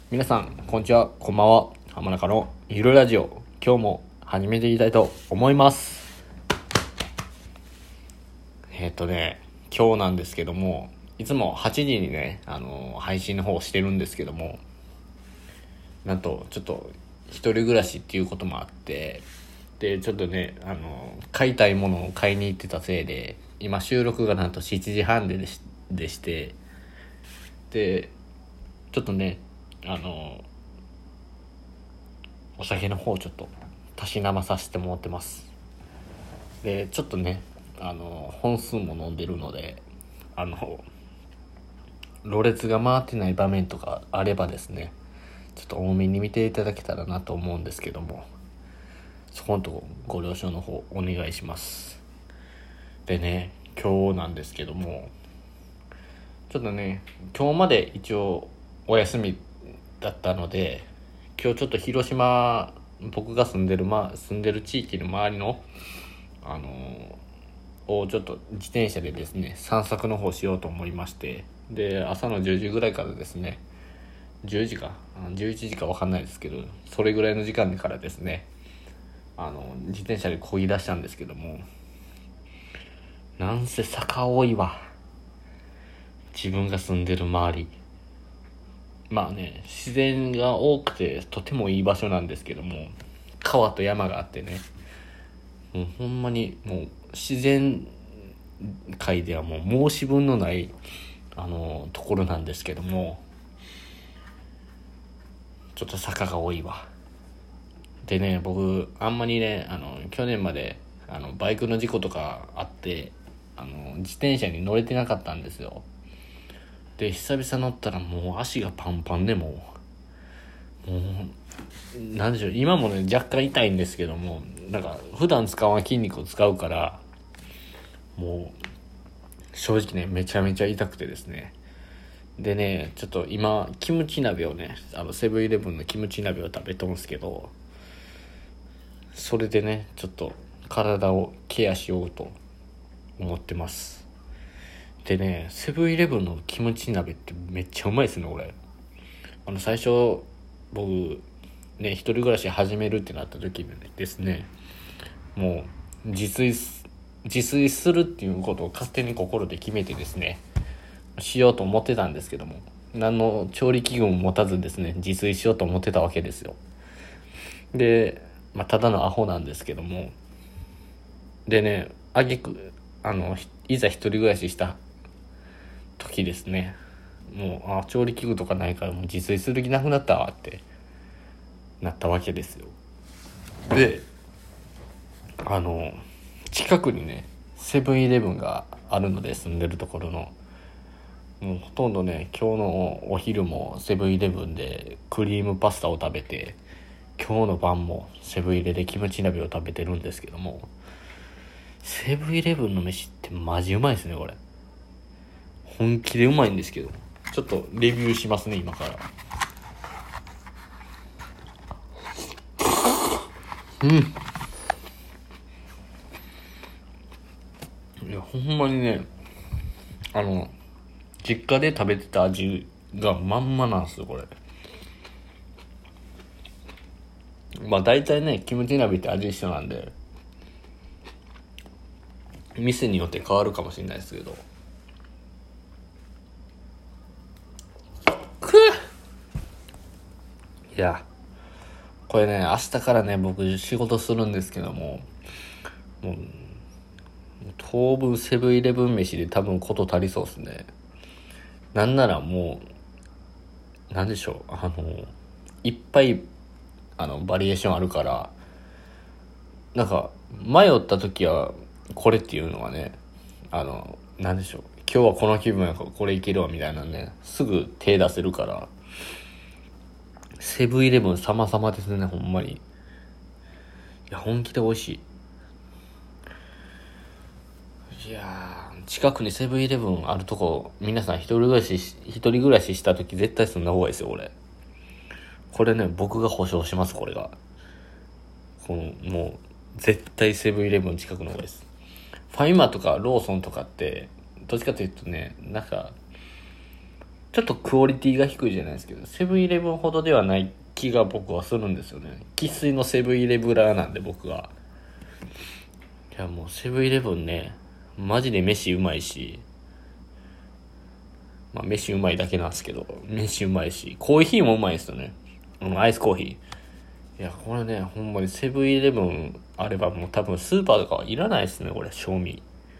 皆さんこんにちは、こんばんは。浜中のゆるラジオ、今日も始めていきたいと思います。今日なんですけども、いつも8時にね配信の方をしてるんですけども、なんとちょっと一人暮らしっていうこともあって、でちょっとね買いたいものを買いに行ってたせいで、今収録がなんと7時半でして、でちょっとねお酒の方ちょっとたしなまさせてもらってます。でちょっとね本数も飲んでるので、ろれつが回ってない場面とかあればですね、ちょっと多めに見ていただけたらなと思うんですけども、そこのとこご了承の方お願いします。でね、今日なんですけども、ちょっとね今日まで一応お休みだったので、今日ちょっと広島、僕が住んでる地域の周りのをちょっと自転車でですね散策の方しようと思いまして、で朝の10時ぐらいからですね、10時か11時か分かんないですけど、それぐらいの時間からですね自転車で漕ぎ出したんですけども、なんせ坂多いわ。自分が住んでる周り、まあね自然が多くてとてもいい場所なんですけども、川と山があってね、もうほんまにもう自然界ではもう申し分のないところなんですけども、ちょっと坂が多いわ。でね、僕あんまりね去年までバイクの事故とかあって、自転車に乗れてなかったんですよ。で久々乗ったらもう足がパンパンで、もうなんでしょう、今もね若干痛いんですけども、なんか普段使わん筋肉を使うから、もう正直ねめちゃめちゃ痛くてですね。でね、ちょっと今キムチ鍋をねセブンイレブンのキムチ鍋を食べとんすけど、それでねちょっと体をケアしようと思ってます。でね、セブンイレブンのキムチ鍋ってめっちゃうまいですね。俺最初僕ね一人暮らし始めるってなった時にですね、もう自炊するっていうことを勝手に心で決めてですねしようと思ってたんですけども、何の調理器具も持たずですね自炊しようと思ってたわけですよ。で、ただのアホなんですけども、でね挙句いざ一人暮らしした時ですね、もう調理器具とかないからもう自炊する気なくなったわってなったわけですよ。で近くにねセブンイレブンがあるので、住んでるところのもうほとんどね今日のお昼もセブンイレブンでクリームパスタを食べて、今日の晩もセブンイレでキムチ鍋を食べてるんですけども、セブンイレブンの飯ってマジうまいですね。これ本気でうまいんですけど、ちょっとレビューしますね今から。いやほんまにね実家で食べてた味がまんまなんですよこれ。大体ねキムチ鍋って味一緒なんで、店によって変わるかもしれないですけど、いやこれね明日からね僕仕事するんですけども、もう当分セブンイレブン飯で多分こと足りそうですね。なんならもうなんでしょう、いっぱいバリエーションあるから、なんか迷った時はこれっていうのはね、なんでしょう、今日はこの気分やからこれいけるわみたいなね、すぐ手出せるから、セブンイレブン様々ですねほんまに。いや本気で美味しい。いや近くにセブンイレブンあるとこ、皆さん一人暮らしした時絶対住んだ方がいいですよこれね僕が保証します。これがもう絶対セブンイレブン近くの方がいいです。ファミマとかローソンとかってどっちかというとね、なんかちょっとクオリティが低いじゃないですけど、セブンイレブンほどではない気が僕はするんですよね。生粋のセブンイレブンラーなんで僕は。いやもうセブンイレブンね、マジで飯うまいし、まあ飯うまいだけなんですけど、飯うまいし、コーヒーもうまいですよね。アイスコーヒー。いや、これね、ほんまにセブンイレブンあればもう多分スーパーとかはいらないですね、これ、賞味。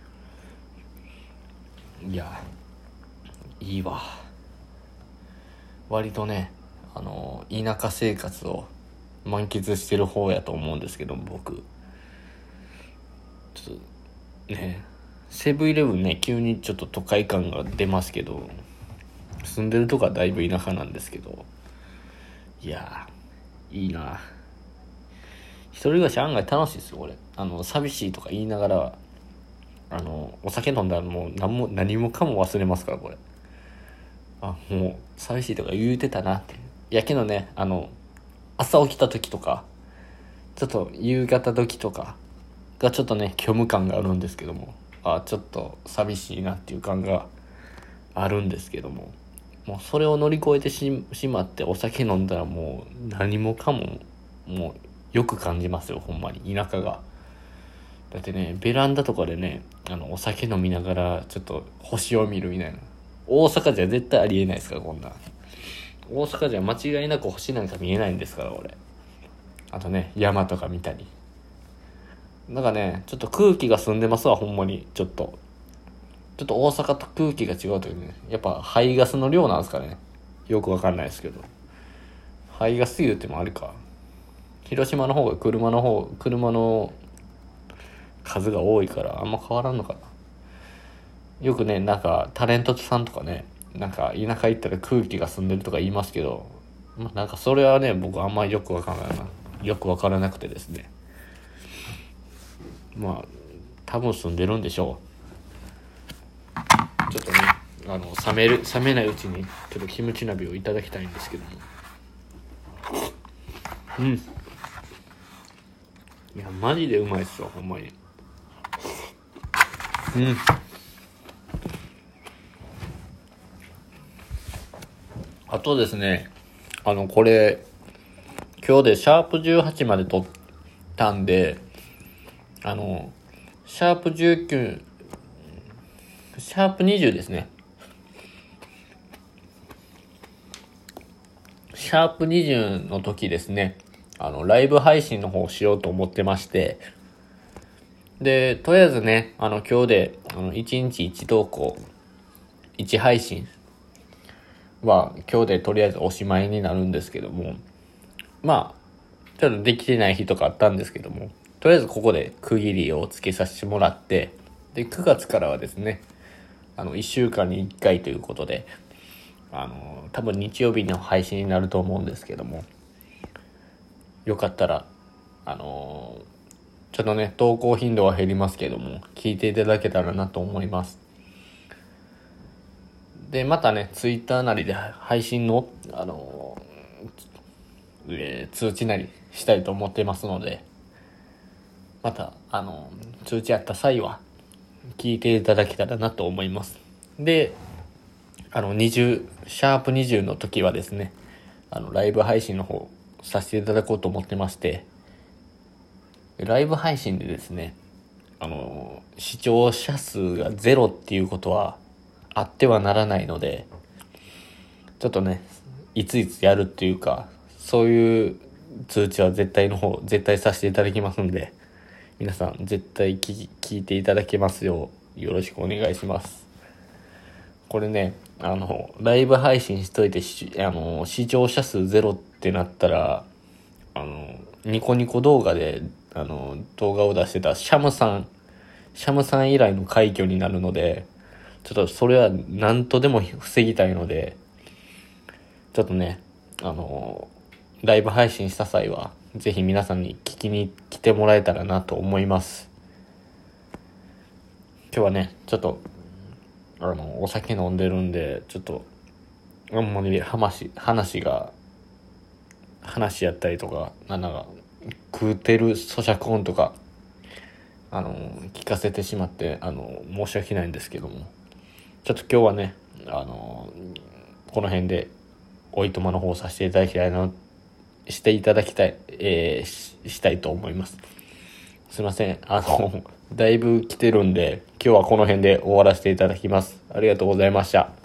いや、いいわ。割とね、田舎生活を満喫してる方やと思うんですけど、僕。ちょっと、ね、セブンイレブンね、急にちょっと都会感が出ますけど、住んでるとこはだいぶ田舎なんですけど、いやー、いいな。一人暮らし案外楽しいですよ、これ。寂しいとか言いながら、お酒飲んだらもう何もかも忘れますから、これ。あ、もう、寂しいとか言うてたなって。いやけどね、朝起きた時とか、ちょっと夕方時とかがちょっとね、虚無感があるんですけども、ちょっと寂しいなっていう感があるんですけども、もうそれを乗り越えてしまってお酒飲んだらもう何もかも、もうよく感じますよ、ほんまに、田舎が。だってね、ベランダとかでね、お酒飲みながらちょっと星を見るみたいな。大阪じゃ絶対ありえないですから、こんな。大阪じゃ間違いなく星なんか見えないんですから、俺。あとね、山とか見たり。なんかね、ちょっと空気が澄んでますわ、ほんまに。ちょっと大阪と空気が違うというね。やっぱ排ガスの量なんですかね。よくわかんないですけど。排ガス言うてもあるか。広島の方が車の数が多いからあんま変わらんのかな。よくね、なんかタレントさんとかね、なんか田舎行ったら空気が澄んでるとか言いますけど、なんかそれはね、僕あんまりよくわからなくてですね。まあ多分住んでるんでしょう。ちょっとね、冷めないうちにちょっとキムチ鍋をいただきたいんですけども、いやマジでうまいっすよ、ほんまに。あとですね、これ今日でシャープ18まで撮ったんで、シャープ19、シャープ20ですね。シャープ20の時ですね、ライブ配信の方をしようと思ってまして、で、とりあえずね、今日で、1日1投稿、1配信は、今日でとりあえずおしまいになるんですけども、まあ、ちょっとできてない日とかあったんですけども、とりあえずここで区切りをつけさせてもらって、で、9月からはですね、1週間に1回ということで、多分日曜日の配信になると思うんですけども、よかったら、ちょっとね、投稿頻度は減りますけども、聞いていただけたらなと思います。で、またね、ツイッターなりで配信の、通知なりしたいと思ってますので、また、通知あった際は、聞いていただけたらなと思います。で、シャープ20の時はですね、ライブ配信の方させていただこうと思ってまして、ライブ配信でですね、視聴者数がゼロっていうことはあってはならないので、ちょっとね、いついつやるっていうか、そういう通知は絶対させていただきますんで、皆さん絶対聞いていただけますようよろしくお願いします。これね、ライブ配信しといて視聴者数ゼロってなったら、ニコニコ動画で、動画を出してたシャムさん以来の快挙になるので、ちょっとそれは何とでも防ぎたいので、ちょっとね、ライブ配信した際は、ぜひ皆さんに聞きに来てもらえたらなと思います。今日はね、ちょっと、お酒飲んでるんで、ちょっと、あんまり話やったりとか、なんか、食うてる咀嚼音とか、聞かせてしまって、申し訳ないんですけども、ちょっと今日はね、 この辺でおいとまの方させていただきたいな、したいと思います。すいません。だいぶ来てるんで、今日はこの辺で終わらせていただきます。ありがとうございました。